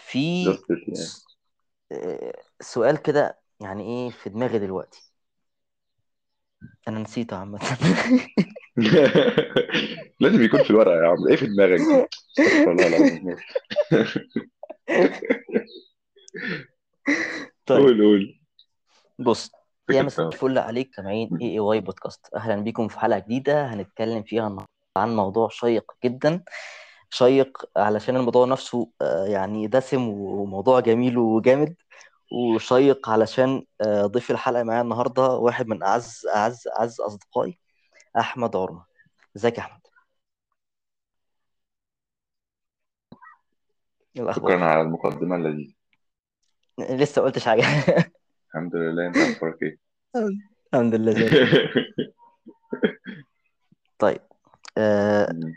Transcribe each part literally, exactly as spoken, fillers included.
في جاستس يعني. س- آه، سؤال كده يعني ايه في دماغي دلوقتي. انا نسيته عامة. لازم يكون في الورقة يا عم، ايه في دماغك دي؟ استغفر الله العظيم، ماشي. طيب، قول قول. بص. يا فكرة مساء أهو. الفل عليك سامعين اي اي واي بودكاست، اهلا بيكم في حلقة جديدة هنتكلم فيها النهاردة عن موضوع شيق جدا. شيق علشان الموضوع نفسه آه، يعني دسم وموضوع جميل وجامد. وشيق علشان آه، ضيف الحلقة معايا النهاردة واحد من أعز أعز أعز أصدقائي، أحمد عرمة. ازيك يا أحمد؟ إيه شكرا الأخبار؟ على المقدمة اللذيذة. لسه قلتش حاجة. الحمد لله، انت اخبارك ايه؟ الحمد لله زي الفل. طيب. آه، مم.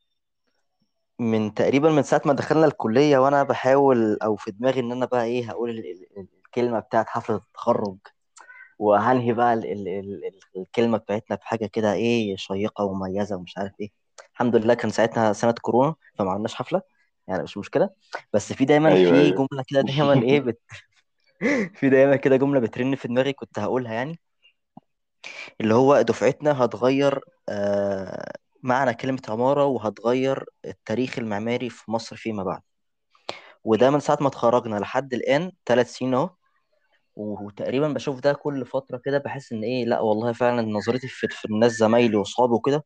من تقريبا من ساعة ما دخلنا الكلية وأنا بحاول أو في دماغي إن أنا بقى إيه هقول ال- ال- الكلمة بتاعت حفلة التخرج، وهنهي بقى ال ال ال ال- الكلمة بتاعتنا بحاجة كده إيه شيقة ومميزة ومش عارف إيه. الحمد لله كان ساعتها سنة كورونا فما عملناش حفلة، يعني مش مشكلة. بس في دايما ايوه في ايوه. جملة كده دايما إيه بت في دايما كده جملة بترن في دماغي كنت هقولها يعني، اللي هو دفعتنا هتغير آه معنى كلمة عمارة وهتغير التاريخ المعماري في مصر فيما بعد. وده من ساعة ما اتخرجنا لحد الآن ثلاث سنين أهو. وتقريبا بشوف ده كل فترة كده بحس إن إيه لأ والله فعلا نظرتي في, في الناس زمايلي وأصحابي وكده.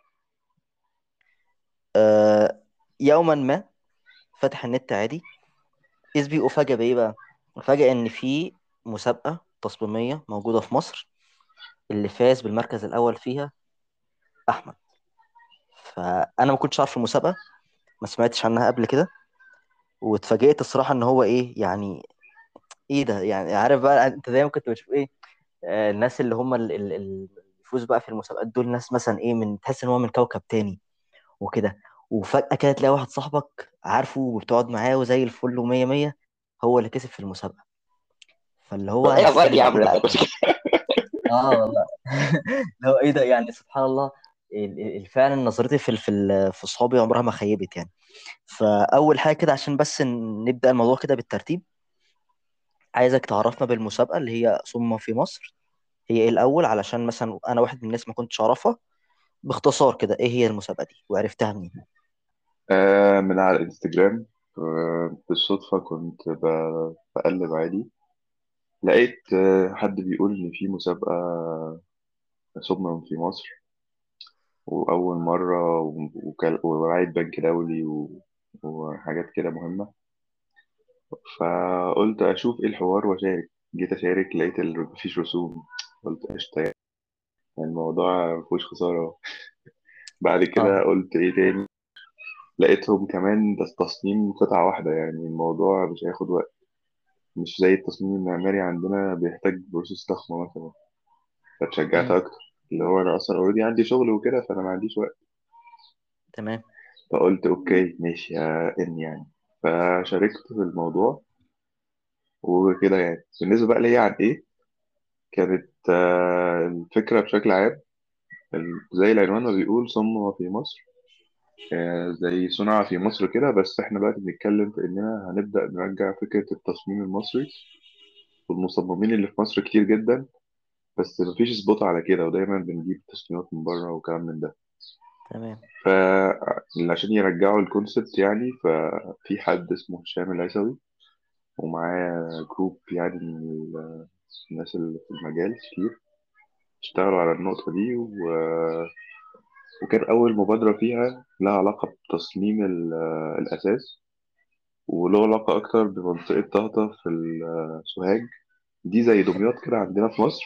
آه يوما ما فتح النت عادي، إذ بي أفاجأ بإيه بقى؟ أفاجأ إن في مسابقة تصميمية موجودة في مصر، اللي فاز بالمركز الأول فيها أحمد. فأنا ما كنتش عارف المسابقة، ما سمعتش عنها قبل كده، واتفاجئت الصراحة إن هو إيه يعني، إيه ده يعني؟ عارف بقى أنت دايما كنت بتشوف إيه آه، الناس اللي هم ال- ال- ال- اللي بيفوزوا بقى في المسابقات دول، ناس مثلا ايه من تحس ان هو من كوكب تاني وكده. وفجأة كده تلاقي واحد صاحبك عارفه وبتقعد معاه وزي الفل ومية مية، هو اللي كسب في المسابقة. فاللي هو ايه انا يا بقى يا استنى عم، ايه ده لا بس يعني. كده. اه والله. اللي هو ايه ده يعني سبحان الله. ال- ال- ال- فعلا نظرتي في ال- في ال- في صحابي عمرها ما خيبت يعني. فاول حاجه كده عشان بس نبدا الموضوع كده بالترتيب، عايزك تعرفنا بالمسابقه اللي هي صم في مصر هي ايه الاول، علشان مثلا انا واحد من الناس ما كنتش اعرفها. باختصار كده ايه هي المسابقة دي وعرفتها منين؟ آه، من على الانستجرام. آه بالصدفة كنت ب- بقلب عادي، لقيت آه حد بيقول إن في مسابقة صبنا في مصر، وأول مرة، و- وكال- ورعاية بنك دولي و- وحاجات كده مهمة. فقلت أشوف إيه الحوار وأشارك. جيت أشارك لقيت ال- مفيش رسوم. قلت قشطة، يعني الموضوع مفهوش خسارة. بعد كده اه. قلت إيه تاني، لقيتهم كمان ده تصميم قطعة واحدة، يعني الموضوع مش هياخد وقت، مش زي التصميم المعماري عندنا بيحتاج بروسيس ضخمة مثلا. فتشجعت امم. أكتر، اللي هو أنا أصلا أوريدي عندي شغل وكده، فأنا ما عنديش وقت. تمام. فقلت أوكي ماشي، آه، إن يعني فشاركت في الموضوع وكده. يعني بالنسبة بقى ليا عن إيه، كانت آه، الفكرة بشكل عام، ال- زي العنوان ما بيقول صنع في مصر. آه، زي صنع في مصر كده، بس إحنا دلوقتي بنتكلم في إننا هنبدأ نرجع فكرة التصميم المصري. والمصممين اللي في مصر كتير جدا، بس مفيش سبوت على كده، ودايما بنجيب تصميمات من بره وكلام من ده. تمام. فعشان يرجعوا الكونسبت يعني، ففي حد اسمه هشام العيسوي، ومعاه جروب يعني من ال- الناس اللي في المجال كتير، اشتغلوا على النقطة دي و... وكان أول مبادرة فيها لها علاقة بتصميم ال- الأساس، وله علاقة أكتر بمنطقة طهطا في السوهاج. دي زي دمياط كده عندنا في مصر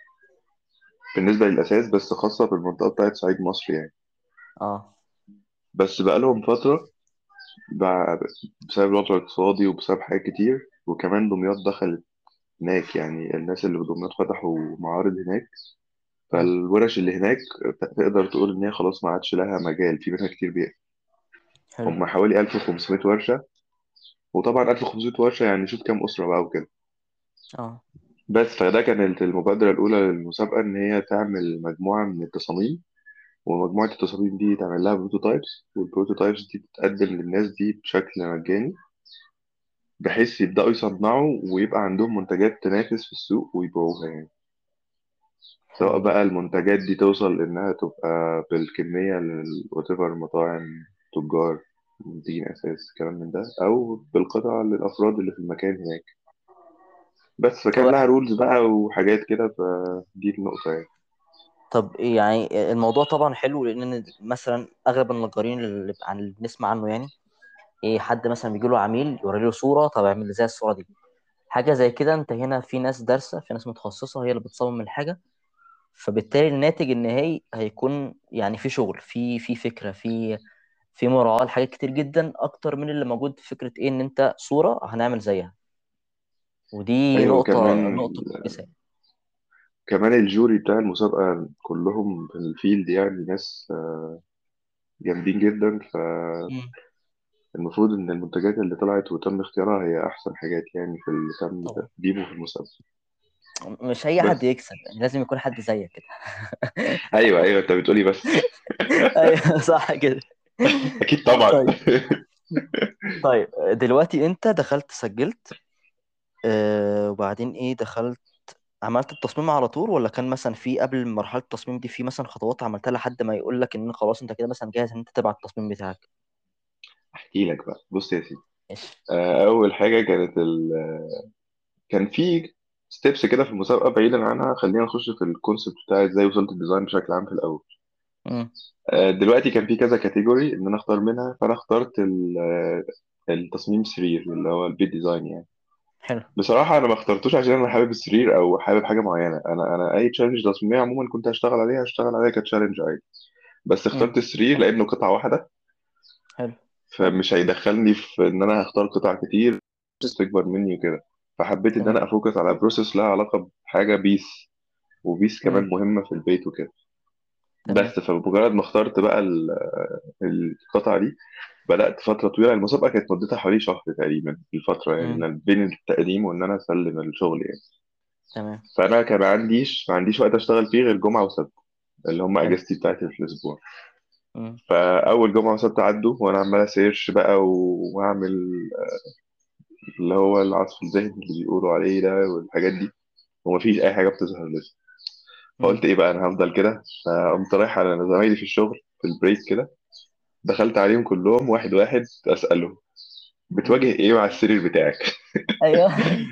بالنسبة للأساس، بس خاصة في المنطقة بتاعت صعيد مصر يعني. اه. بس بقالهم فترة، بع- بسبب الوضع الاقتصادي وبسبب حاجات كتير، وكمان دمياط دخلت هناك، يعني الناس اللي في دمياط فتحوا معارض هناك. امم. فالورش اللي هناك تقدر تقول إن هي خلاص ما عادش لها مجال، في منها كتير بيئة. حلو. هم حوالي ألف وخمسمائة ورشة، وطبعا ألف وخمسمائة ورشة يعني شوف كام أسرة بقى وكده. اه. بس فده كانت المبادرة الأولى للمسابقة، إن هي تعمل مجموعة من التصاميم، ومجموعة التصاميم دي تعمل لها بروتوتايبس، والبروتوتايبس دي تتقدم للناس دي بشكل مجاني. بحيث يبداوا يصنعوا ويبقى عندهم منتجات تنافس في السوق ويبيعوها يعني. سواء حلو بقى جدا. المنتجات دي توصل إنها تبقى بالكمية لواتيفر المطاعم، تجار، منتجين أساس، كلام من ده، أو بالقطع للأفراد اللي في المكان هناك. بس فكان هو لها رولز بقى وحاجات كده، فدي النقطة يعني. طب إيه يعني الموضوع طبعا حلو، لان مثلا اغلب النجارين اللي عن اللي بنسمع عنه يعني، ايه حد مثلا بيجي له عميل يوري له صوره، طب اعمل لي زي الصوره دي. حاجه زي كده انت هنا في ناس دارسه، في ناس متخصصه هي اللي بتصمم الحاجه، فبالتالي الناتج النهائي هيكون يعني في شغل، في في فكره، في في مراعاه لحاجات كتير جدا اكتر من اللي موجود في فكره ايه ان انت صوره هنعمل زيها. ودي أيوة نقطه كمان. نقطه كويسه. كمان الجوري بتاع المسابقة كلهم في الفيلد يعني ناس جامدين جدا. مم. فالمفروض إن المنتجات اللي طلعت وتم اختيارها هي أحسن حاجات يعني في اللي تم طبعا تقديمه في المسابقة. مش اي حد بس يكسب يعني، لازم يكون حد زيك كده. أيوة أيوة، أنت بتقولي بس. ايوه صح كده. أكيد طبعا. طيب. طيب دلوقتي انت دخلت سجلت، آه وبعدين ايه دخلت عملت التصميم على طول، ولا كان مثلا في قبل مرحلة التصميم دي في مثلا خطوات عملتها لحد ما يقول لك ان خلاص انت كده مثلا جاهز ان انت تبعت التصميم بتاعك؟ احكي لك بقى، بص يا سيدي. ماشي. آه، اول حاجه كانت ال... كان في ستيبس كده في المسابقه بعيدا عنها. خلينا نخش في الكونسيبت بتاع ازاي وصلت الديزاين بشكل عام في الاول. امم. آه، دلوقتي كان في كذا كاتيجوري ان انا اختار منها، فانا اخترت ال... آه، التصميم سرير اللي هو البيت ديزاين يعني. حلو. بصراحه انا ما اخترتوش عشان انا حابب السرير او حابب حاجه معينه. انا انا اي تشالنج تصميميه عموما كنت هشتغل عليها هشتغل عليها كتشالنج عادي. بس امم. اخترت السرير لانه قطعه واحده، حلو. فمش هيدخلني في ان انا هختار قطع كتير تكبر مني وكده. فحبيت ان تمام. انا افوكس على بروسيس لها علاقه بحاجه بيس، وبيس كمان امم. مهمه في البيت وكده. تمام. بس فبمجرد ما اخترت بقى ال- القطعه دي، بدات فتره طويله. المسابقه كانت مدتها حوالي شهر تقريبا، الفتره امم. يعني بين التقديم وان انا اسلم الشغل يعني. تمام. فانا كان ما عنديش ما عنديش وقت اشتغل فيه غير جمعه وسبت، اللي هم حلو. اجازتي بتاعت في الاسبوع. امم. فاول جمعه وسبت عدوا وانا عمال اسيرش بقى و- واعمل اللي هو العصف الذهني اللي بيقولوا عليه ده والحاجات دي، ومفيش اي حاجه بتظهر لسه. امم. فقلت ايه بقى، انا هفضل كده. فقمت رايح على زمايلي في الشغل في البريك كده، دخلت عليهم كلهم واحد واحد اسالهم امم. بتواجه ايه مع السرير بتاعك. ايوه.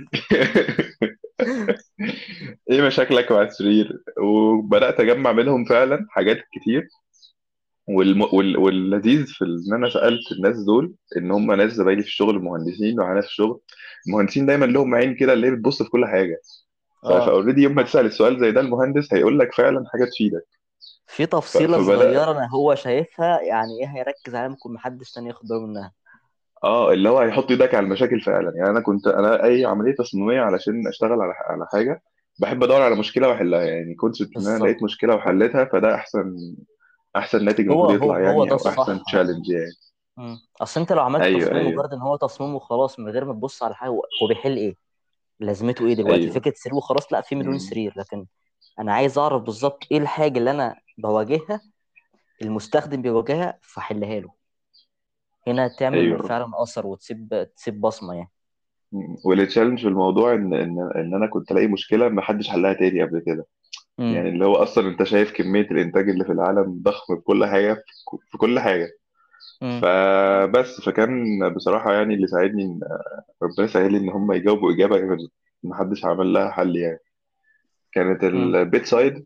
ايه مشاكلك مع السرير؟ وبدات اجمع منهم فعلا حاجات كتير. والم... وال... واللذيذ في ان انا سالت الناس دول ان هم ناس زمايلي في الشغل مهندسين وعلى في الشغل. المهندسين دايما لهم عين كده اللي هي بتبص في كل حاجه. اه فاوريدي يوم ما تسال السؤال زي ده المهندس هيقول لك فعلا حاجه تفيدك. في ف... تفصيلة فبدا صغيرة انا هو شايفها يعني ايه هيركز عليها ممكن محدش تاني ياخد باله منها. اه اللي هو هيحط ايدك على المشاكل فعلا يعني. انا كنت انا اي عمليه تصميميه علشان اشتغل على على حاجه بحب ادور على مشكله واحلها يعني. كونسبت ان انا لقيت بالظبط. مشكله وحلتها، فده احسن احسن ناتج هو المفروض هو يطلع هو يعني، ده او احسن الصح. تشالنج يعني. مم. اصل انت لو عملت ايوه تصميم ايوه مجرد ان هو تصميم وخلاص من غير ما تبص على حاجه هو هو بيحل ايه، لازمته ايه دلوقتي ايوه. فكره سرير وخلاص؟ لا في مليون مم. سرير، لكن انا عايز اعرف بالظبط ايه الحاجه اللي انا بواجهها المستخدم بيواجهها فاحلها له. هنا تعمل ايوه. فعلا اثر وتسيب تسيب بصمه يعني. مم. والتشالنج في الموضوع ان ان ان انا كنت الاقي مشكله ما حدش حلها تاني قبل كده. امم. يعني اللي هو اصلا انت شايف كميه الانتاج اللي في العالم ضخم في كل حاجه، في ك- في كل حاجه. امم. فبس فكان بصراحه يعني اللي ساعدني ان ربنا سهل لي ان هم يجاوبوا اجابه ما حدش عمل لها حل يعني. كانت امم. البيت سايد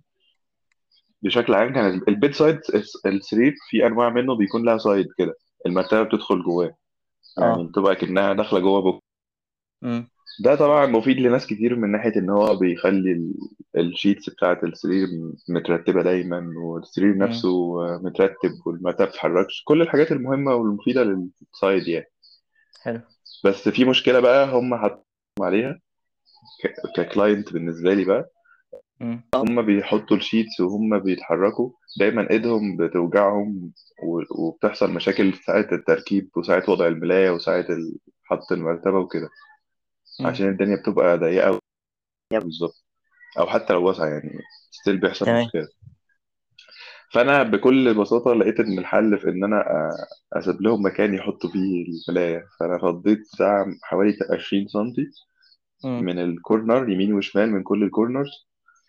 بشكل عام. كان البيت سايد السرير في انواع منه بيكون لها سايد كده، المرتبه بتدخل جواه، يعني اه. بتبقى كأنها داخله جوه بوك. امم. ده طبعا مفيد لناس كتير من ناحيه ان هو بيخلي ال- الشيتس بتاعه السرير مترتبه دايما، والسرير امم. نفسه مترتب، والمرتبه ما بتتحركش، كل الحاجات المهمه والمفيده للسايد يعني. حلو. بس في مشكله بقى هم حطوا عليها ككلاينت بالنسبه لي بقى. امم. هم بيحطوا الشيتس وهم بيتحركوا دايما ايدهم بتوجعهم، و- وبتحصل مشاكل ساعة التركيب وساعة وضع الملاية وساعة ال- حط المرتبة وكده، امم. عشان الدنيا بتبقى ضيقة بالظبط. أو حتى لو واسعة يعني ستيل بيحصل تمام. مشكلة. فانا بكل بساطه لقيت ان الحل في ان انا أ- اسيب لهم مكان يحطوا فيه الملايه. فانا فضيت بتاع حوالي عشرين سنتي مم. من الكورنر يمين وشمال من كل الكورنرز،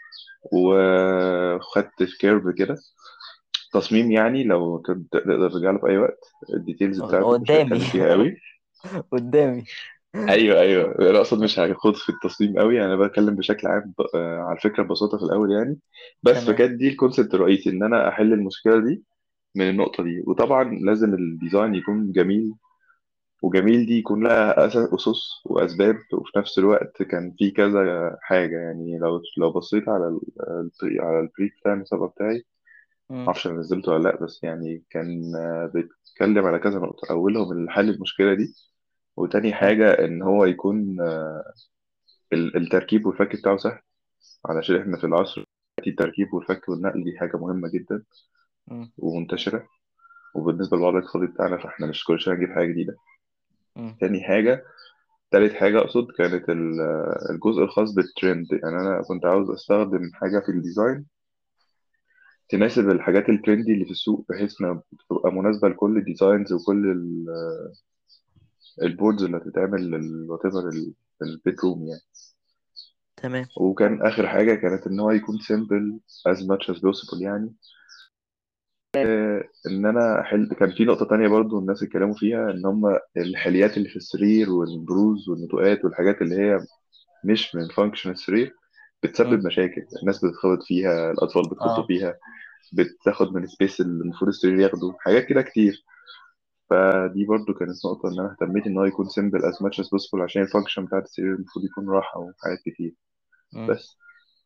وخدت كيرف كده تصميم. يعني لو تقدر تقدر ترجع له في اي وقت، الديتيلز بتاعته مش قدامي. هتكلم فيها قوي. قدامي. ايوه ايوه، انا اقصد مش هاخد في التصميم قوي، انا بتكلم بشكل عام ب- آه، على الفكره ببساطه في الاول يعني. بس تمام. فكانت دي الكونسيبت الرئيسي، ان انا احل المشكله دي من النقطه دي. وطبعا لازم الديزاين يكون جميل، وجميل دي يكون لها أس- اسس واسباب. وفي نفس الوقت كان في كذا حاجه يعني. لو لو بصيت على ال ال- على البريف بتاع المسابقه بتاعي، مم. معرفش انا نزلته ولا لا، بس يعني كان آه، بيتكلم على كذا نقطه، اولهم حل المشكله دي. وتاني مم. حاجه ان هو يكون ال- التركيب والفك بتاعه سهل، علشان احنا في العصر دلوقتي التركيب والفك والنقل دي حاجة مهمة جدا مم. ومنتشرة. وبالنسبة للوضع الاقتصادي بتاعنا، فاحنا مش كل شوية نجيب حاجة جديدة. مم. تاني حاجة تالت حاجة أقصد كانت ال- الجزء الخاص بالترند. يعني أنا كنت عاوز أستخدم حاجة في الديزاين تناسب الحاجات الترندي اللي في السوق، بحيث إنها تبقى مناسبة لكل الديزاينز وكل ال- البوردز اللي هتتعمل وات ايفر البيت روم يعني. تمام. وكان آخر حاجة كانت إن هو يكون simple as much as possible يعني. ان انا احل. كان في نقطه تانية برضو الناس اتكلموا فيها، ان هم الحليات اللي في السرير والبروز والنتوءات والحاجات اللي هي مش من فانكشن السرير مم. بتسبب مشاكل. الناس بتتخبط فيها، الاطفال بتخطوا اه. فيها، بتاخد من سبيس اللي المفروض السرير ياخده، حاجات كده كتير. فدي برضو كانت نقطه ان انا اهتميت ان هو يكون سيمبل از ماتش از بوسيبل، عشان الفانكشن بتاعت السرير المفروض يكون راحه وحاجات كتير. مم. بس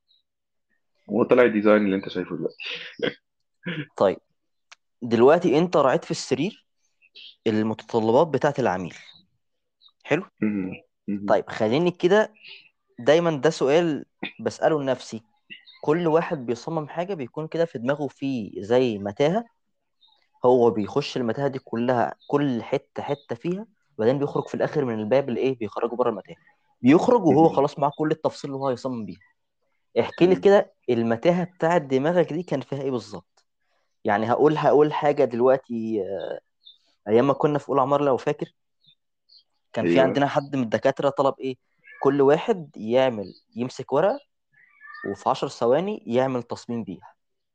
وطلع الديزاين اللي انت شايفه دلوقتي. طيب، دلوقتي انت راعيت في السرير المتطلبات بتاعت العميل. حلو. مهم. مهم. طيب خليني كده، دايما ده سؤال بسأله لنفسي. كل واحد بيصمم حاجة بيكون كده في دماغه فيه زي متاهة، هو بيخش المتاهة دي كلها، كل حتة حتة فيها، وبعدين بيخرج في الآخر من الباب اللي إيه بيخرجه بره المتاهة. بيخرج وهو مهم. خلاص مع كل التفاصيل اللي هو هيصمم بيها. احكي لي مهم. كده، المتاهة بتاعت دماغك دي كان فيها إيه بالظبط؟ يعني هقول هقول حاجة دلوقتي. آه، أيام ما كنا في أولى عمارة لو فاكر، كان في ايوه. عندنا حد من الدكاترة طلب إيه؟ كل واحد يعمل يمسك ورقة، وفي عشر ثواني يعمل تصميم بيها.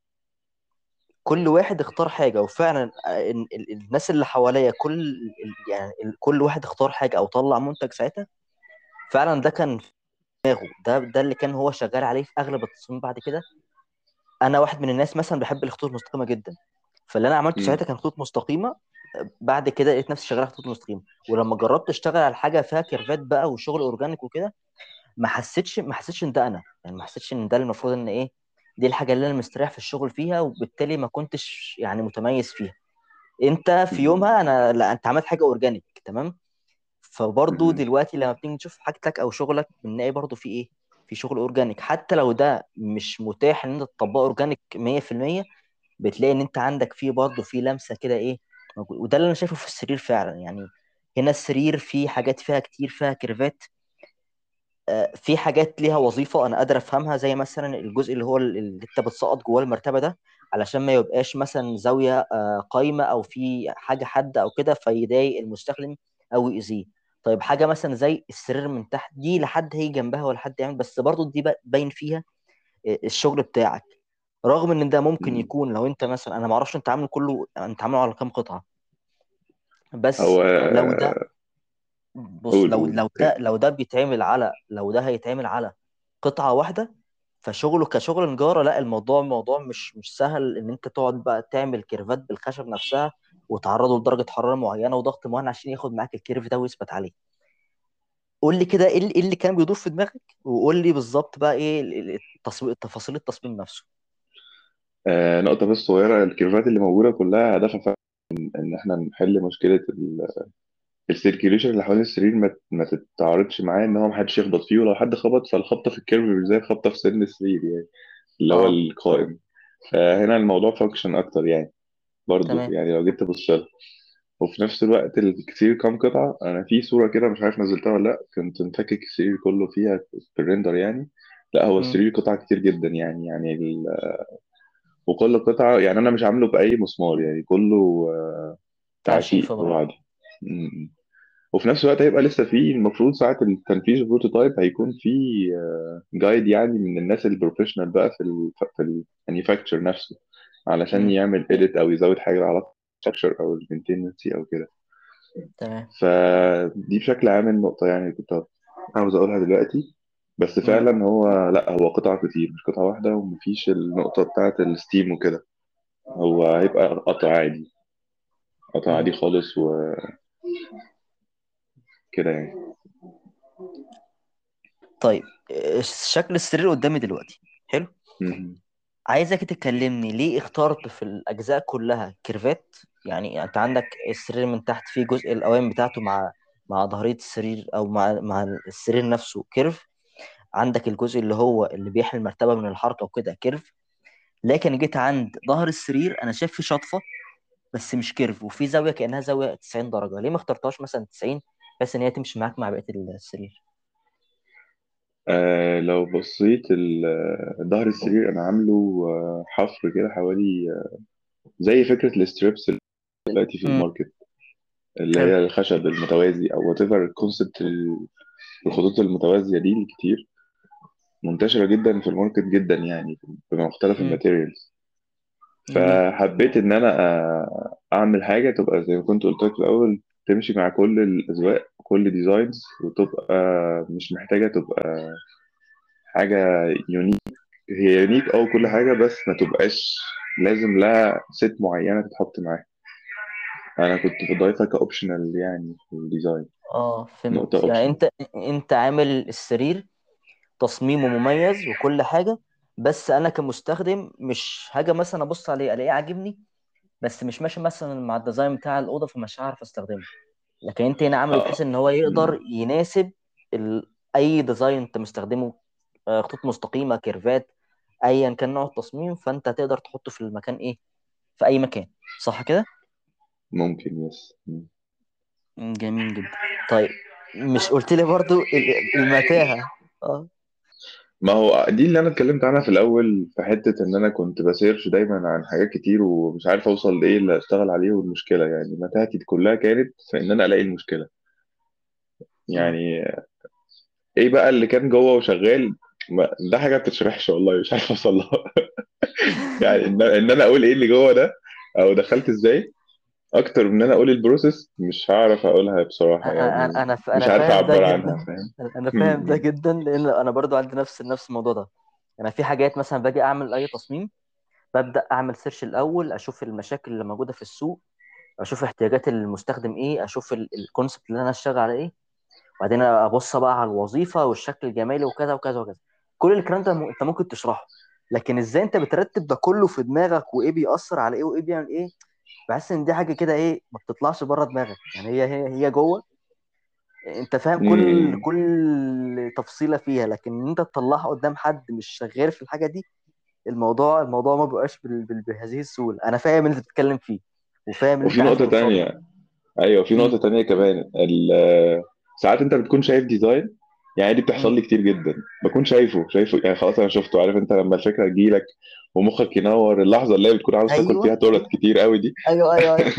كل واحد اختار حاجة، وفعلا آه، ال- ال- الناس اللي حواليا كل ال- يعني ال- كل واحد اختار حاجة أو طلع منتج ساعتها. فعلا ده كان في دماغه، ده ده اللي كان هو شغال عليه في أغلب التصميم بعد كده. أنا واحد من الناس مثلا بحب الخطوط المستقيمة جدا، فاللي أنا عملته مم. ساعتها كان خطوط مستقيمة. بعد كده لقيت نفسي شغال على خطوط مستقيمة، ولما جربت اشتغل على حاجة فيها كيرفات بقى وشغل أورجانيك وكده، ما حسيتش ما حسيتش ان ده انا، يعني ما حسيتش ان ده المفروض ان ايه، دي الحاجه اللي انا مستريح في الشغل فيها، وبالتالي ما كنتش يعني متميز فيها. انت في مم. يومها انا لا، انت عملت حاجه اورجانيك تمام. فبرضه مم. دلوقتي لما بتيجي تشوف حاجتك او شغلك بنلاقي برضه في ايه، في شغل اورجانيك، حتى لو ده مش متاح ان انت تطبقه اورجانيك مية في المية. بتلاقي ان انت عندك فيه برضه في لمسه كده ايه موجود. وده اللي انا شايفه في السرير فعلا يعني. هنا السرير فيه حاجات فيها كتير فيها كيرفات. آه، في حاجات ليها وظيفة أنا قادر أفهمها، زي مثلا الجزء اللي هو ال- اللي أنت بتسقط جواه المرتبة ده، علشان ما يبقاش مثلا زاوية آه، قايمة أو في حاجة حادة أو كده فيضايق المستخدم أو يأذيه. طيب حاجة مثلا زي السرير من تحت دي، لحد هيجي جنبها ولا حد يعمل، بس برضو دي ب- باين فيها آه، الشغل بتاعك. رغم ان ده ممكن مم. يكون، لو انت مثلا، انا ما اعرفش انت عامل كله، انت عامله على كام قطعه، بس هو لو ده، بص، قول لو قول لو ده لو ده بيتعمل على لو ده هيتعمل على قطعة واحدة، فشغله كشغل نجارة، لا الموضوع موضوع مش مش سهل ان انت تقعد بقى تعمل كيرفات بالخشب نفسها، وتعرضه لدرجة حرارة معينة وضغط معين عشان ياخد معاك الكيرف ده ويثبت عليه. قول لي كده ايه اللي إيه اللي كان بيدور في دماغك، وقول لي بالظبط بقى ايه ال- ال- التصوير، التفاصيل التصميم نفسه. آه نقطة بس صغيرة. الكيرفات اللي موجودة كلها هدفها فعلا إن إحنا نحل مشكلة السيركيوليشن اللي حوالين السرير، ما ما تتعارضش معاه، إن هو محدش يخبط فيه، ولو حد خبط فالخبطة في الكيرف مش زي الخبطة في سن السرير يعني، اللي هو اه. القائم. فهنا الموضوع فانكشن أكتر يعني. برضه تمام. يعني لو جيت تبص لها، وفي نفس الوقت السرير كام قطعة. أنا في صورة كده مش عارف نزلتها ولا لأ، كنت مفكك السرير كله فيها في الريندر يعني. لا هو امم. السرير قطع كتير جدا يعني يعني وكل قطعه يعني انا مش عامله باي مسمار، يعني كله آه، تعشيق في تعشيق بعض. ببعض. م- م. وفي نفس الوقت هيبقى لسه في المفروض ساعه التنفيذ البروتوتايب هيكون في جايد يعني من الناس البروفيشنال بقى في ال في المانيفاكتشر نفسه، علشان امم. يعمل edit او يزود حاجه على الستراكشر او المينتيننسي او كده. تمام. فدي بشكل عام النقطة يعني كنت عاوز أقولها دلوقتي. بس امم. فعلا هو لا، هو قطع كتير مش قطعة واحدة، ومفيش النقطة بتاعة الستيم وكده. هو هيبقى قطع عادي، قطع عادي امم. خالص وكده يعني. طيب، آه، شكل السرير قدامي دلوقتي حلو. مم. عايزك تكلمني ليه اخترت في الأجزاء كلها كيرفات. يعني أنت عندك السرير من تحت فيه جزء القوام بتاعته مع مع ظهرية السرير أو مع مع السرير نفسه كيرف. عندك الجزء اللي هو اللي بيحمي المرتبة من الحركة وكده كيرف. لكن جيت عند ظهر السرير أنا شايف فيه شطفة بس مش كيرف، وفي زاوية كأنها زاوية تسعين درجة. ليه ما اخترتهاش مثلا تسعين بحيث إن هي تمشي معاك مع بقية السرير؟ آه لو بصيت ال- ظهر السرير أنا عامله آه، حفر كده حوالي آه، زي فكرة الستريبس اللي دلوقتي في امم. الماركت، اللي حلو. هي الخشب المتوازي أو وات ايفر الكونسبت. الخطوط المتوازية دي كتير منتشرة جدا في الماركت جدا يعني بمختلف امم. الماتيريالز. جميل. فحبيت إن أنا آه، أعمل حاجة تبقى زي ما كنت قلت لك في الأول، تمشي مع كل الأذواق كل ديزاينز، وتبقى مش محتاجة تبقى حاجة يونيك. هي يونيك أو كل حاجة، بس ما تبقاش لازم لها ست معينة تتحط معاها. أنا كنت بضيفها كأوبشنال يعني في الديزاين، اه نقطة فهمت. يعني أوبشنال. انت انت عامل السرير تصميمه مميز وكل حاجة، بس انا كمستخدم مش هاجي مثلا ابص عليه الاقيه عاجبني بس مش ماشي مثلا مع الديزاين بتاع الأوضة فمش هعرف استخدمه. لكن انت هنا عامله بحيث آه. ان هو م. يقدر يناسب ال... اي ديزاين انت مستخدمه. آه، خطوط مستقيمة كيرفات ايا كان نوع التصميم، فانت تقدر تحطه في المكان ايه، في اي مكان. صح كده؟ ممكن يس. م. مم، جميل جدا. طيب، مش قلت لي برضو ال- المتاهة؟ اه. ما هو دي اللي انا اتكلمت عنها في الاول، في حته ان انا كنت بسيرش دايما عن حاجات كتير ومش عارف اوصل لايه اللي اشتغل عليه، والمشكله يعني متاهتي دي كلها كانت في ان انا الاقي المشكله مم. يعني. ايه بقى اللي كان جوه وشغال؟ ما ده حاجه ما بتتشرحش والله، مش عارف اوصل لها. يعني ان ان انا اقول ايه اللي جوه ده او دخلت ازاي، اكتر من ان انا اقول البروسيس مش هعرف اقولها بصراحه انا يعني. انا مش انا عارف فاهم ده اعبر عنها، جدا. فاهم. انا فاهم ده م- جدا لان انا برضو عندي نفس نفس الموضوع ده. انا في حاجات مثلا باجي اعمل اي تصميم، ببدا اعمل سيرش الاول، اشوف المشاكل اللي موجوده في السوق، اشوف احتياجات المستخدم ايه، اشوف الكونسبت اللي انا اشتغل على ايه، وبعدين ابص بقى على الوظيفه والشكل الجمالي وكذا وكذا وكذا. كل الكلام ده م- انت ممكن تشرحه، لكن ازاي انت بترتب ده كله في دماغك وايه بيأثر على ايه وايه بيعمل ايه؟ بحس ان دي حاجه كده ايه ما بتطلعش بره دماغك. يعني هي هي هي جوه، انت فاهم كل م- كل تفصيله فيها، لكن ان انت تطلعها قدام حد مش شغال في الحاجه دي، الموضوع الموضوع ما بيبقاش بال- بال- بهذه السهوله. انا فاهم اللي انت بتتكلم فيه وفاهم اللي وفي انت عايز نقطه توصل له. تانية. ايوه في امم. نقطه تانية كمان ال- ساعات انت بتكون شايف ديزاين، يعني دي بتحصل امم. لي كتير جدا. بكون شايفه شايفه يعني خلاص انا شفته، عارف انت لما الفكره تجيلك ومخك ينور اللحظه اللي هي بتكون عاوز تاكل ايوه فيها تورت ايوه كتير قوي دي. ايوه ايوه ايوه.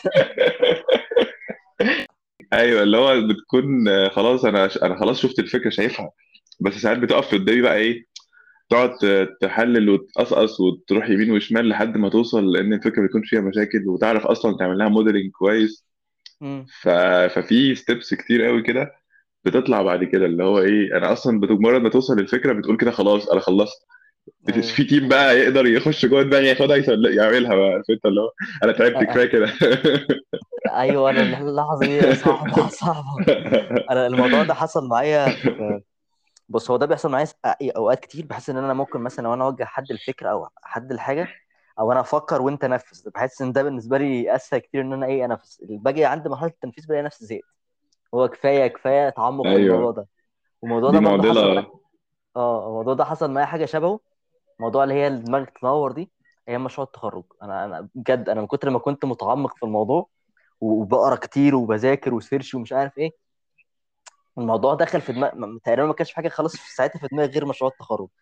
ايوه اللي هو بتكون آه، خلاص انا انا خلاص شفت الفكره شايفها. بس ساعات بتقف قدامي بقى ايه، تقعد ت- تحلل وتقصقص وتروح يمين وشمال لحد ما توصل، لان الفكره بيكون فيها مشاكل وتعرف اصلا تعمل لها موديلنج كويس. امم. ف... ففي ستيبس كتير قوي كده بتطلع بعد كده، اللي هو ايه انا اصلا بت- مجرد ما توصل للفكره بتقول كده خلاص انا خلصت. بت- ايوه. في تيم بقى يقدر يخش جوه دماغي ياخدها يسل- يعملها بقى، عارف انت اللي هو انا تعبت أ- كفايه أ- كده. ايوه انا اللحظه دي صعبه صعبه. انا الموضوع ده حصل معايا في، بص هو ده بيحصل معايا س- اوقات كتير. بحس ان انا ممكن مثلا لو انا اوجه حد الفكره او حد الحاجه، او انا افكر وانت نفذ، بحس ان ده بالنسبه لي اسهل كتير ان انا ايه انفذ. باجي عند مرحله التنفيذ بلاقي نفسي زهقت. هو كفايه كفايه تعمق في الموضوع ايوه ده. والموضوع دي ده برضه معضله. حصل معايا. اه الموضوع ده حصل معايا حاجه شبهه. موضوع اللي هي دماغ تنور دي، ايام مشروع التخرج. انا انا بجد انا من كتر ما كنت متعمق في الموضوع وبقرا كتير وبذاكر وسيرش ومش عارف ايه، الموضوع دخل في دماغ م- تقريبا ما كانش في حاجه خالص في ساعتها في دماغي غير مشروع التخرج.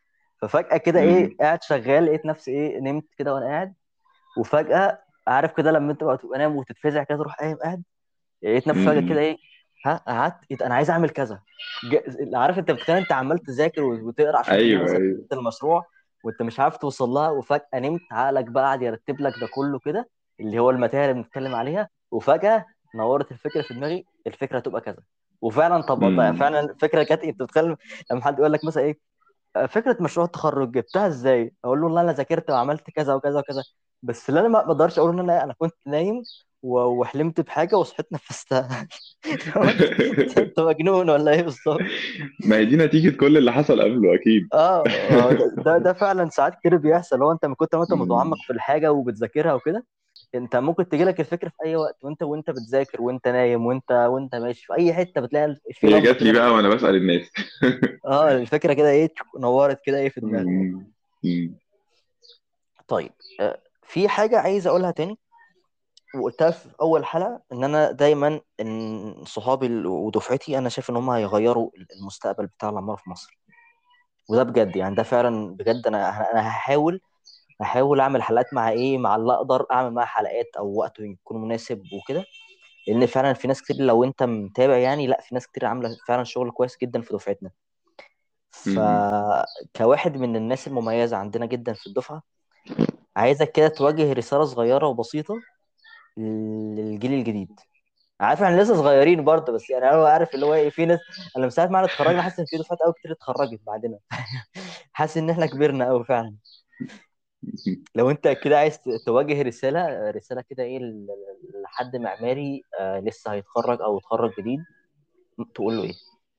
ففجاه كده ايه امم. قاعد شغال، لقيت نفسي ايه نمت كده وانا قاعد. وفجاه عارف كده لما انت بقى تبقى نايم وتتفزع كده تروح قايم قاعد، لقيت نفسي فجاه كده امم. ايه، ها قعدت إيه ده، انا عايز اعمل كذا. ج- عارف انت بتخيل انت عمال تذاكر وتقرا عشان تجيب ايوه مثلا ايوه. المشروع، وانت مش عارف توصل لها، وفجاه نمت عقلك بقى قاعد يرتب لك ده كله كده، اللي هو الماتيريال اللي بنتكلم عليها، وفجاه نورت الفكره في دماغي، الفكره هتبقى كذا. وفعلا طبقتها، يعني امم. فعلا الفكره كانت إيه؟ انت بتتكلم لما حد يقول لك مثلا ايه فكره مشروع التخرج جبتها ازاي، اقول له والله انا ذاكرت وعملت كذا وكذا وكذا. بس اللي انا ما بقدرش اقول ان انا انا كنت نايم و- وحلمت بحاجه وصحيت نفذتها. لو انت انت مجنون ولا ايه بالظبط؟ ما هي دي نتيجة كل اللي حصل قبله اكيد. اه هو ده, ده ده فعلا ساعات كتير بيحصل. هو انت من كتر ما انت امم. متعمق في الحاجه وبتذاكرها وكده، انت ممكن تجي لك الفكره في اي وقت، وانت وانت بتذاكر وانت نايم وانت وانت ماشي في اي حته، بتلاقي في هي لمبه جات كده لي بقى نورت. وانا بسأل الناس. اه الفكره كده ايه نورت كده ايه في دماغك. امم. امم. طيب آه، في حاجه عايز اقولها تاني، وقلتها في اول حلقه، ان انا دايما ان صحابي ال- ودفعتي انا شايف ان هم هيغيروا المستقبل بتاع العماره في مصر. وده بجد يعني، ده فعلا بجد. انا انا هحاول هحاول اعمل حلقات مع ايه مع اللي اقدر اعمل معاه حلقات او وقته يكون مناسب وكده. لان فعلا في ناس كتير لو انت متابع يعني، لا في ناس كتير عامله فعلا شغل كويس جدا في دفعتنا. امم. فكواحد من الناس المميزه عندنا جدا في الدفعه، عايزك كده توجه رساله صغيره وبسيطه للجيل الجديد. عارف احنا لسه صغيرين برضه، بس يعني انا عارف اللي هو ايه، في ناس انا من ساعه ما احنا اتخرجنا حاسس ان في دفعات قوي كتير اتخرجت بعدنا. حاسس ان احنا كبرنا قوي فعلا. لو انت كده عايز توجه رساله رساله كده ايه ل- لحد معماري آه لسه هيتخرج او اتخرج جديد، تقول له ايه؟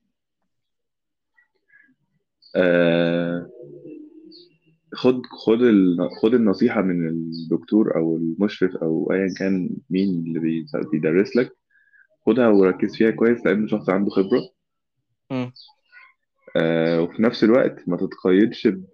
آه خد خد ال... خد النصيحة من الدكتور او المشرف او ايا كان مين اللي بي- بيدرس لك. خدها وركز فيها كويس لانه شخص عنده خبرة. امم. آه وفي نفس الوقت ما تتقيدش ب...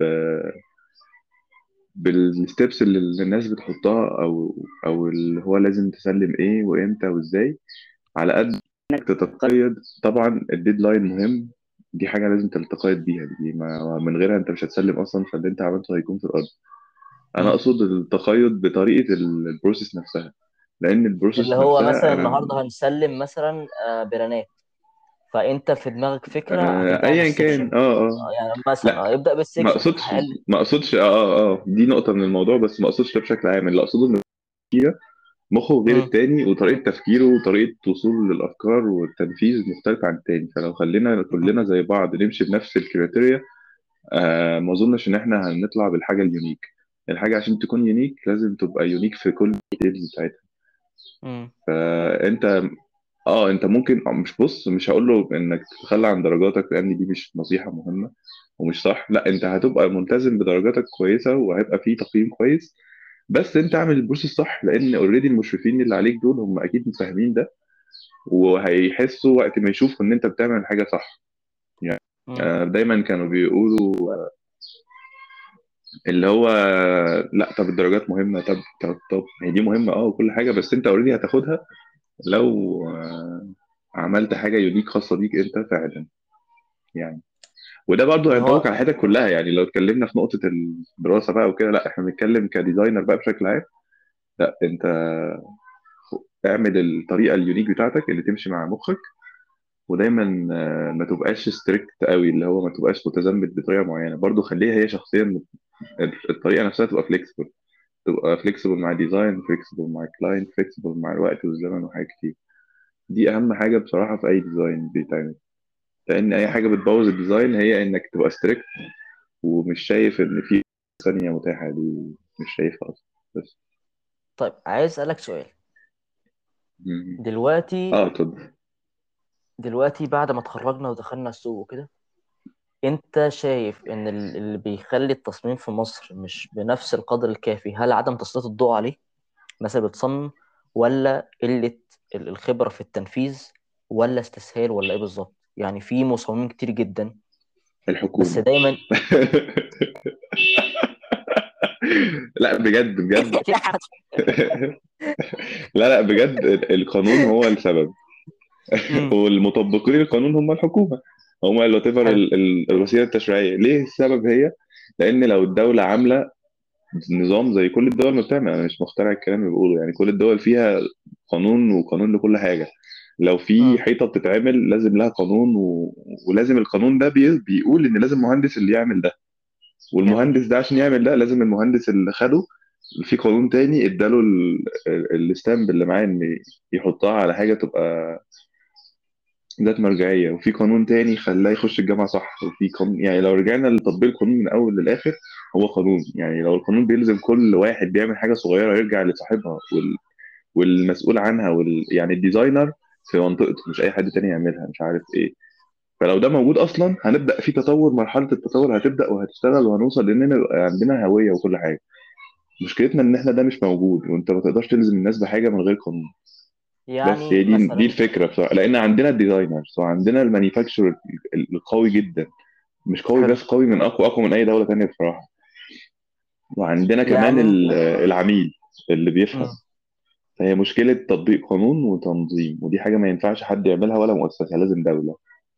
بالستبس اللي الناس بتحطها او او اللي هو لازم تسلم ايه وامتى وازاي. على قد انك تتقيد. طبعا الديدلاين مهم. دي حاجة لازم تتقيد بيها. دي ما من غيرها انت مش هتسلم اصلا فاللي انت عملته هيكون في الارض. انا امم. اقصد التقيد بطريقة البروسيس نفسها. لان اللي البروسيس هو مثلا نفسها انا النهارده هنسلم مثلا آه بيانات، فانت في دماغك فكره آه هتبداها من ايا الصفر. كان اه اه. آه يعني مثلا لا اه ابدا ما بالسكشن اقصدش هحل. ما اقصدش اه اه اه دي نقطة من الموضوع بس ما اقصدش ده بشكل عام. اللي اقصده ان مخه غير امم. التاني وطريقة تفكيره وطريقة وصوله للأفكار والتنفيذ مختلف عن التاني. فلو خلينا كلنا زي بعض نمشي بنفس الكريتيريا آه ما أظنش إن إحنا هنطلع بالحاجة اليونيك. الحاجة عشان تكون يونيك لازم تبقى يونيك في كل الديتيلز بتاعتها. امم. فأنت اه انت ممكن آه، مش بص مش هقول له انك تتخلى عن درجاتك لان دي مش نصيحة مهمة ومش صح. لا انت هتبقى ملتزم بدرجاتك كويسة وهيبقى في تقييم كويس. بس انت اعمل البروسيس صح لان اوريدي المشرفين اللي عليك دول هم اكيد فاهمين ده. وهيحسوا وقت ما يشوفوا ان انت بتعمل حاجه صح. يعني امم. آه، دايما كانوا بيقولوا اللي هو لا طب الدرجات مهمه. طب طب طب هي دي مهمه اه وكل حاجه بس انت اوريدي هتاخدها لو آه، عملت حاجه يونيك خاصه بيك انت فعلا يعني. وده برضه ان هينطبق هو على حياتك كلها. يعني لو اتكلمنا في نقطه الدراسه بقى وكده لا احنا بنتكلم كديزاينر بقى بشكل عام. لا انت اعمل الطريقه اليونيك بتاعتك اللي تمشي مع مخك. ودايما آه، ما تبقاش ستريكت قوي اللي هو ما تبقاش متزمت بطريقه معينه. برضو خليها هي شخصيا الطريقه نفسها تبقى فليكسبل. تبقى فليكسبل مع ديزاين فليكسبل مع كلاينت فليكسبل مع الوقت والزمن وحاجات كتير. دي اهم حاجه بصراحه في اي ديزاين بيتعمل. لان اي حاجه بتبوظ الديزاين هي انك تبقى ستريكت ومش شايف ان في ثانيه متاحه دي. مش شايفها اصلا بس. طيب عايز اسالك سؤال. مم. دلوقتي اه اتفضل. دلوقتي بعد ما اتخرجنا ودخلنا السوق وكده، انت شايف ان ال- اللي بيخلي التصميم في مصر مش بنفس القدر الكافي، هل عدم تسليط الضوء عليه مثلا بتصمم، ولا قلة ال- الخبرة في التنفيذ، ولا استسهال، ولا ايه بالظبط؟ يعني في مصممين كتير جدا بس الحكومه. دايما لا بجد بجد. في حاجة. لا لا بجد القانون هو السبب. امم. والمطبقين القانون هم الحكومه. هم اللي تفر حلو. الوسيله التشريعيه. ليه السبب هي لان لو الدوله عامله نظام زي كل الدول ما بتعمل، انا مش مخترع الكلام اللي بقوله، يعني كل الدول فيها قانون، وقانون لكل حاجه. لو في مم. حيطه بتتعمل لازم لها قانون و... ولازم القانون ده بي... بيقول ان لازم مهندس اللي يعمل ده، جميل. والمهندس ده عشان يعمل ده لازم المهندس اللي خده في قانون تاني اداله ال- ال- الستامب اللي معاه ان يحطها على حاجه تبقى ذات مرجعيه، وفي قانون تاني خلاه يخش الجامعه صح، وفي قانون. يعني لو رجعنا لتطبيق القانون من اول للاخر، هو قانون. يعني لو القانون بيلزم كل واحد بيعمل حاجه صغيره يرجع لصاحبها وال... والمسؤول عنها وال... يعني الديزاينر في منطقته، مش اي حد تاني يعملها، مش عارف ايه. فلو ده موجود اصلا هنبدا في تطور، مرحله التطور هتبدا وهتشتغل وهنوصل لاننا يبقى عندنا هويه وكل حاجه. مشكلتنا ان احنا ده مش موجود، وانت ما تقدرش تلزم الناس بحاجه من غير قانون. بس يعني هي دي دي مثلا. الفكره بصراحه، لان عندنا الديزاينرز وعندنا المانيفاكتشر القوي جدا، مش قوي حلو. بس، قوي من اقوى اقوى من اي دوله تانية بصراحه. وعندنا كمان يعني. ال- العميل اللي بيفهم. مم. فهي مشكله تطبيق قانون وتنظيم، ودي حاجه ما ينفعش حد يعملها ولا مؤسسه، لازم دوله.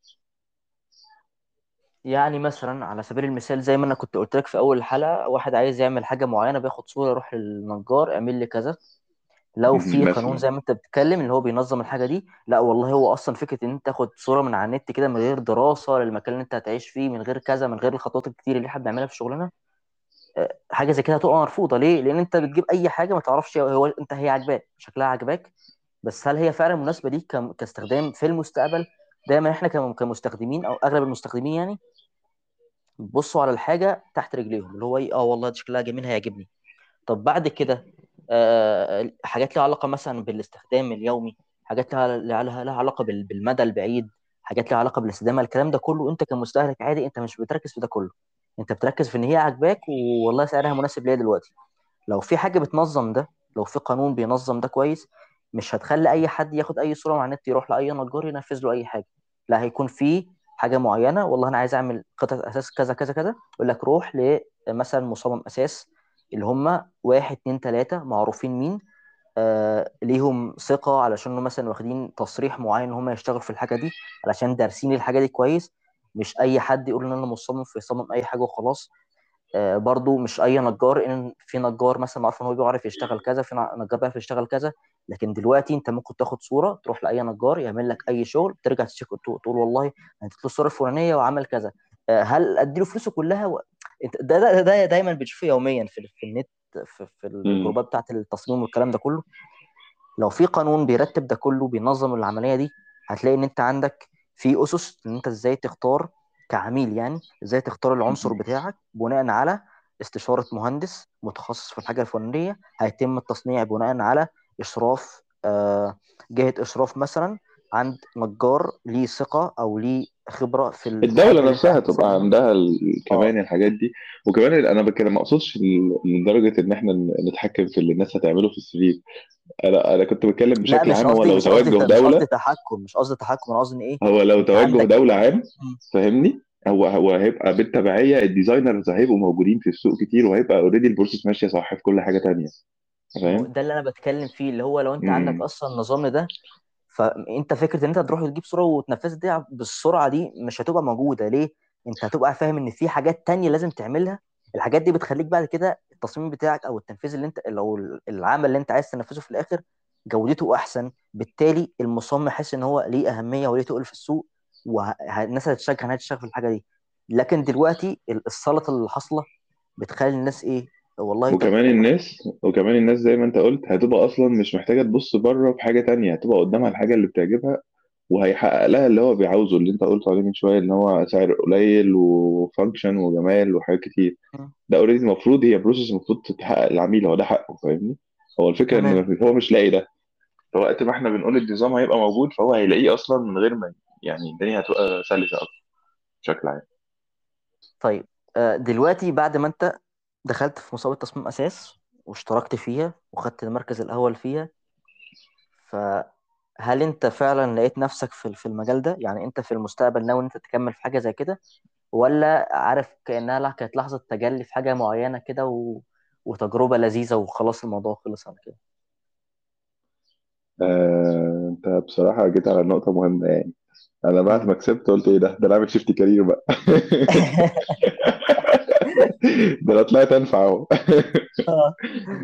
يعني مثلا على سبيل المثال، زي ما انا كنت قلت لك في اول الحلقه، واحد عايز يعمل حاجه معينه بياخد صوره يروح للنجار اعمل لي كذا. لو في قانون مثلا. زي ما انت بتتكلم اللي هو بينظم الحاجه دي، لا والله هو اصلا فكره ان انت تاخد صوره من على النت كده من غير دراسه للمكان اللي انت هتعيش فيه، من غير كذا، من غير الخطوات الكتير اللي احنا بنعملها في شغلنا، آه، حاجه زي كده هتبقى مرفوضه. ليه؟ لان انت بتجيب اي حاجه ما تعرفش هو هو انت هي عاجباك، شكلها عاجباك، بس هل هي فعلا مناسبه ليك كم- كاستخدام في المستقبل؟ دايما احنا كم- كمستخدمين او اغلب المستخدمين يعني بيبصوا على الحاجه تحت رجليهم، اللي هو ايه، اه والله ده شكلها جميل هيعجبني. طب بعد كده آه، حاجات لها علاقه مثلا بالاستخدام اليومي، حاجات لها لها لها علاقه بال- بالمدى البعيد، حاجات لها علاقه بالاستدامه، الكلام ده كله انت كمستهلك عادي انت مش بتركز في ده كله. انت بتركز في ان هي عاجباك والله سعرها مناسب ليا دلوقتي. لو في حاجه بتنظم ده، لو في قانون بينظم ده كويس، مش هتخلي اي حد ياخد اي صوره من على النت يروح لاي نجار ينفذ له اي حاجه. لا، هيكون في حاجه معينه، والله انا عايز اعمل قطعه اساس كذا كذا كذا، يقول لك روح لمثلا مصمم اساس اللي هم واحد اتنين تلاته معروفين مين، آه ليهم ثقه علشان هم مثلا واخدين تصريح معين ان هم يشتغلوا في الحاجه دي، علشان دارسين الحاجه دي كويس. مش اي حد يقول ان انا مصمم فيصمم اي حاجه وخلاص. آه، برضو مش اي نجار، ان في نجار مثلا معروف ان هو بيعرف يشتغل كذا، في نجار بيعرف يشتغل كذا. لكن دلوقتي انت ممكن تاخد صوره تروح لاي نجار يعمل لك اي شغل، ترجع تشيك تقول تقول والله انا اديت له الصوره الفلانيه وعمل كذا. آه، هل اديله فلوسه كلها و... انت- ده, ده, ده دايما بتشوفه يوميا في, في النت، في, في امم. الجروبات بتاعت التصميم والكلام ده كله. لو في قانون بيرتب ده كله بينظم العملية دي، هتلاقي ان انت عندك في اسس ان انت ازاي تختار كعميل، يعني ازاي تختار العنصر بتاعك بناء على استشارة مهندس متخصص في الحاجة الفلانية. هيتم التصنيع بناء على اشراف آه، جهة اشراف مثلا عند نجار ليه ثقة او ليه خبرة في الحاجة الدولة اللي انت نفسها عايز تبقى تسلمها. عندها ال- اه. كمان الحاجات دي. وكمان ال- انا بتكلم، ما اقصدش ال- لدرجة ان احنا ن- نتحكم في اللي الناس هتعمله في السي في. انا انا كنت بتكلم لا، بشكل مش عام، هو قصدي لو مش قصدي توجه مش قصدي دولة، تحكم مش قصدي تحكم انا قصدي ان ايه، هو لو انت توجه عندك. دولة عام، فاهمني. هو هو هيبقى بالتبعية الديزاينرز هيبقوا موجودين في السوق كتير، وهيبقى اوريدي البروسيس ماشية صح في كل حاجة تانية. ما هو فاهم؟ ده اللي انا بتكلم فيه، اللي هو لو انت عندك امم. اصلا النظام ده، فانت فكره ان انت تروح تجيب صوره وتنفذها دي بالسرعه دي مش هتبقى موجوده. ليه؟ انت هتبقى فاهم ان في حاجات تانية لازم تعملها. الحاجات دي بتخليك بعد كده التصميم بتاعك او التنفيذ اللي انت او العمل اللي انت عايز تنفذه في الاخر جودته احسن، بالتالي المصمم يحس ان هو ليه اهميه وليه تقول في السوق، والناس هتشجع انها تشتغل في الحاجه دي. لكن دلوقتي السلطه اللي حاصله بتخلي الناس ايه، والله طب. وكمان الناس وكمان الناس زي ما انت قلت هتبقى اصلا مش محتاجة تبص بره في حاجة تانية، هتبقى قدامها الحاجة اللي بتعجبها، وهيحقق لها اللي هو بيعوزه، اللي انت قلت عليه من شويه، ان هو سعر قليل وفانكشن وجمال وحاجات كتير. ده اوريدي المفروض، هي بروسيس المفروض تتحقق للعميل، هو ده حقه، فاهمني. هو الفكره ان تمام. مفيش- هو مش لاقي ده. فوقت ما احنا بنقول النظام هيبقى موجود، فهو هيلاقيه اصلا من غير ما، يعني الدنيا هتبقى سلسه اكتر بشكل عام. طيب، آه، دلوقتي بعد ما انت دخلت في مسابقة تصميم أساس واشتركت فيها وخدت المركز الأول فيها، فهل أنت فعلا لقيت نفسك في في المجال ده؟ يعني أنت في المستقبل ناوي إن أنت تكمل في حاجة زي كده، ولا عارف كأنها لا كانت لحظة تجلي في حاجة معينة كده و... وتجربة لذيذة وخلاص الموضوع خلص على كده؟ آه، انت بصراحه جيت على نقطه مهمه يعني. انا بعد مم. ما كسبت قلت ايه ده ده انا عامل شيفت كارير بقى. ده انا طلعت انفع اهو. اه.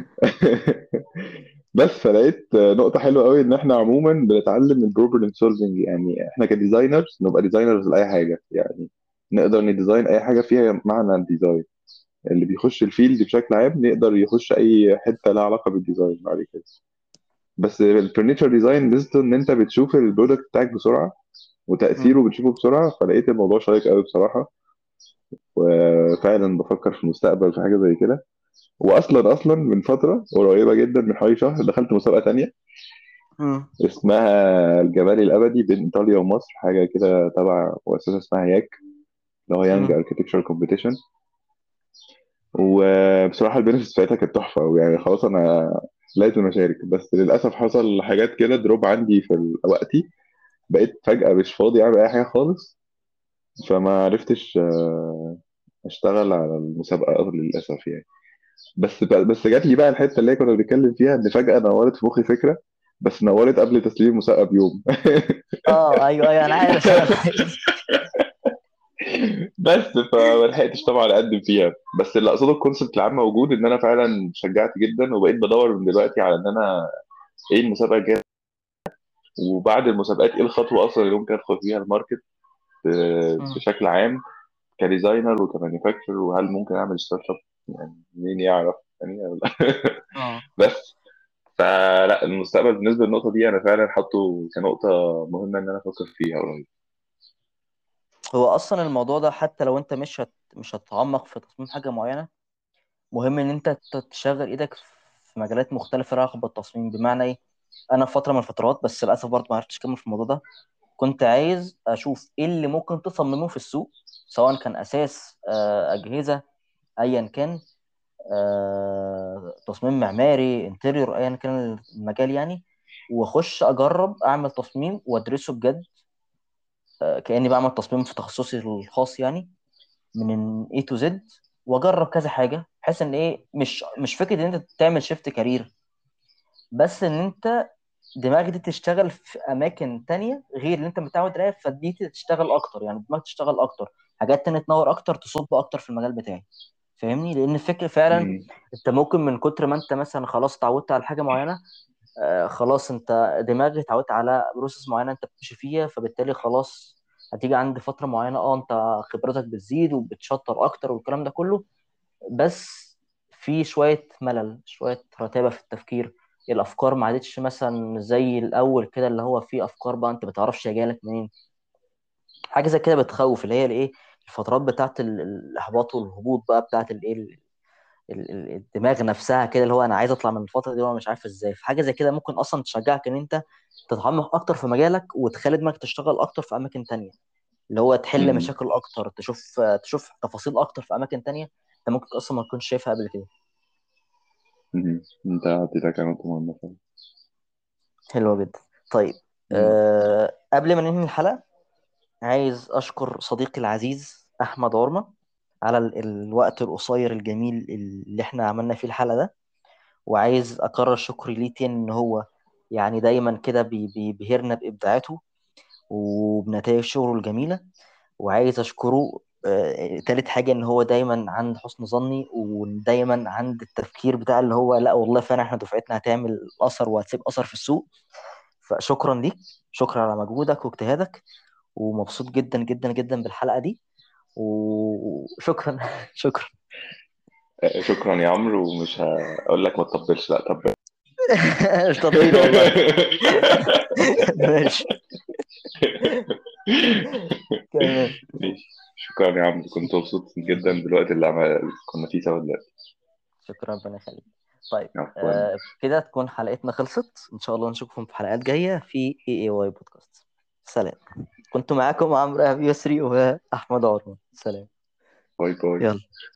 بس فلقيت نقطة حلوة قوي إن إحنا عموما بنتعلم البروبلم سولفنج. يعني إحنا كديزاينرز نبقى ديزاينرز لأي حاجة يعني، نقدر نديزاين أي حاجة فيها معنى الديزاين. اللي بيخش الفيلد بشكل عام يقدر يخش أي حتة لها علاقة بالديزاين بعد كده. بس الفurniture ديزاين ميزته إن أنت بتشوف البرودكت بتاعك بسرعة، مم. وتأثيره بتشوفه بسرعة. فلقيت الموضوع شيق قوي بصراحة، وفعلا بفكر في المستقبل في حاجة زي كده. وأصلا أصلا من فترة قريبة جدا، من حوالي شهر، دخلت مسابقة تانية مم. اسمها الجمال الأبدي بين إيطاليا ومصر، حاجة كده تبع مؤسسة اسمها ياك، اللي هو يانج مم. اركتكتشر كومبيتيشن. وبصراحة البينفيتس بتاعتها كانت تحفة، ويعني خلاص أنا لازم أشارك. بس للأسف حصل حاجات كده دروب عندي في ال- وقتي، بقيت فجأة مش فاضي أعمل أي حاجة خالص. فما عرفتش آه، أشتغل على المسابقة للأسف يعني. بس بس جات لي بقى الحتة اللي هي كنا بنتكلم فيها، إن فجأة نورت في مخي فكرة، بس نورت قبل تسليم المسابقة بيوم. اه ايوه ايوه، انا عارف انا الحاجة دي. بس فما لحقتش طبعا اقدم فيها. بس اللي اقصده الكونسيبت العام موجود، ان انا فعلا شجعت جدا، وبقيت بدور من دلوقتي على ان انا ايه المسابقه الجايه، وبعد المسابقات ايه الخطوه اصلا اللي ممكن ادخل فيها الماركت ب- مم. بشكل عام كديزاينر وكمانيفاكتشر. وهل ممكن اعمل ستارت اب؟ يعني مين يعرف يعني. اه. بس فلا، المستقبل بالنسبه للنقطه دي انا فعلا حاطه كنقطه مهمه ان انا افكر فيها قريب. هو اصلا الموضوع ده حتى لو انت مش هت... مش هتتعمق في تصميم حاجه معينه، مهم ان انت ت- تشغل ايدك في مجالات مختلفه لها علاقه بالتصميم. بمعنى ايه؟ انا في فتره من الفترات، بس للاسف برضه ما عرفتش اكمل في الموضوع ده، كنت عايز اشوف ايه اللي ممكن تصممه في السوق، سواء كان اساس، آه، اجهزه، ايا كان، آه، تصميم معماري، انتريور، ايا كان المجال يعني، واخش اجرب اعمل تصميم وادرسه بجد، آه، كاني بعمل تصميم في تخصصي الخاص يعني، من A to Z، واجرب كذا حاجه، بحيث ان ايه، مش مش فكره ان انت تعمل شيفت كارير، بس ان انت دماغك دي تشتغل في اماكن تانية غير اللي انت متعود عليها، فدي تشتغل اكتر، يعني دماغك تشتغل اكتر، حاجات تانية تنور اكتر، تصب اكتر في المجال بتاعي. فاهمني؟ لان الفكره فعلا مم. انت ممكن من كتر ما انت مثلا خلاص اتعودت على حاجه معينه، آه خلاص انت دماغك اتعودت على بروسيس معينه انت بتمشي فيها، فبالتالي خلاص هتيجي عند فتره معينه، اه انت خبرتك بتزيد وبتشطر اكتر والكلام ده كله، بس في شويه ملل، شويه رتابه في التفكير، الافكار ما عادتش مثلا زي الاول كده، اللي هو في افكار بقى انت ما بتعرفش هي جايه لك منين. حاجه زي كده بتخوف، اللي هي الايه، الفترات بتاعت ال- الاحباط والهبوط بقى، بتاعت الايه، ال- ال- الدماغ نفسها كده، اللي هو انا عايز اطلع من الفتره دي وانا مش عارف ازاي. في حاجه زي كده ممكن اصلا تشجعك ان انت تتعمق اكتر في مجالك، وتخلي دماغك تشتغل اكتر في اماكن تانية، اللي هو تحل مم. مشاكل اكتر، تشوف تشوف تفاصيل اكتر في اماكن تانية انت ممكن اصلا ما تكونش شايفها قبل كده. مم. انت عطيتك نقطه مهمه فعلا. حلوة جدا. طيب، مم. أه قبل ما ننهي الحلقة، عايز أشكر صديقي العزيز أحمد عرمة على ال- الوقت القصير الجميل اللي احنا عملنا فيه الحلقة ده، وعايز أكرر شكري ليه تاني، إن هو يعني دايما كده بي- بيبهرنا بإبداعاته وبنتائج شغله الجميلة. وعايز أشكره، آه، تالت حاجة، إن هو دايما عند حسن ظني، ودايما عند التفكير بتاع اللي هو لا والله فعلا احنا دفعتنا هتعمل أثر وهتسيب أثر في السوق. فشكرا ليك، شكرا على مجهودك واجتهادك، ومبسوط جدا جدا جدا بالحلقة دي، وشكرا. شكرا. آه، شكرا يا عمرو. ومش هقول لك ما تطبلش، لا طبل. مش تطبيل والله. ماشي. تمام. ماشي. شكرا يا عمرو، كنت مبسوط جدا بالوقت اللي عمل كنا فيه سوا دلوقتي. شكرا، ربنا يخليك. طيب، عفوا. آه كده تكون حلقتنا خلصت، إن شاء الله نشوفكم في حلقات جاية في اي اي واي بودكاست. سلام. كنت معاكم عمرو أبي يسري وأحمد عمر. سلام. باي باي. يلا.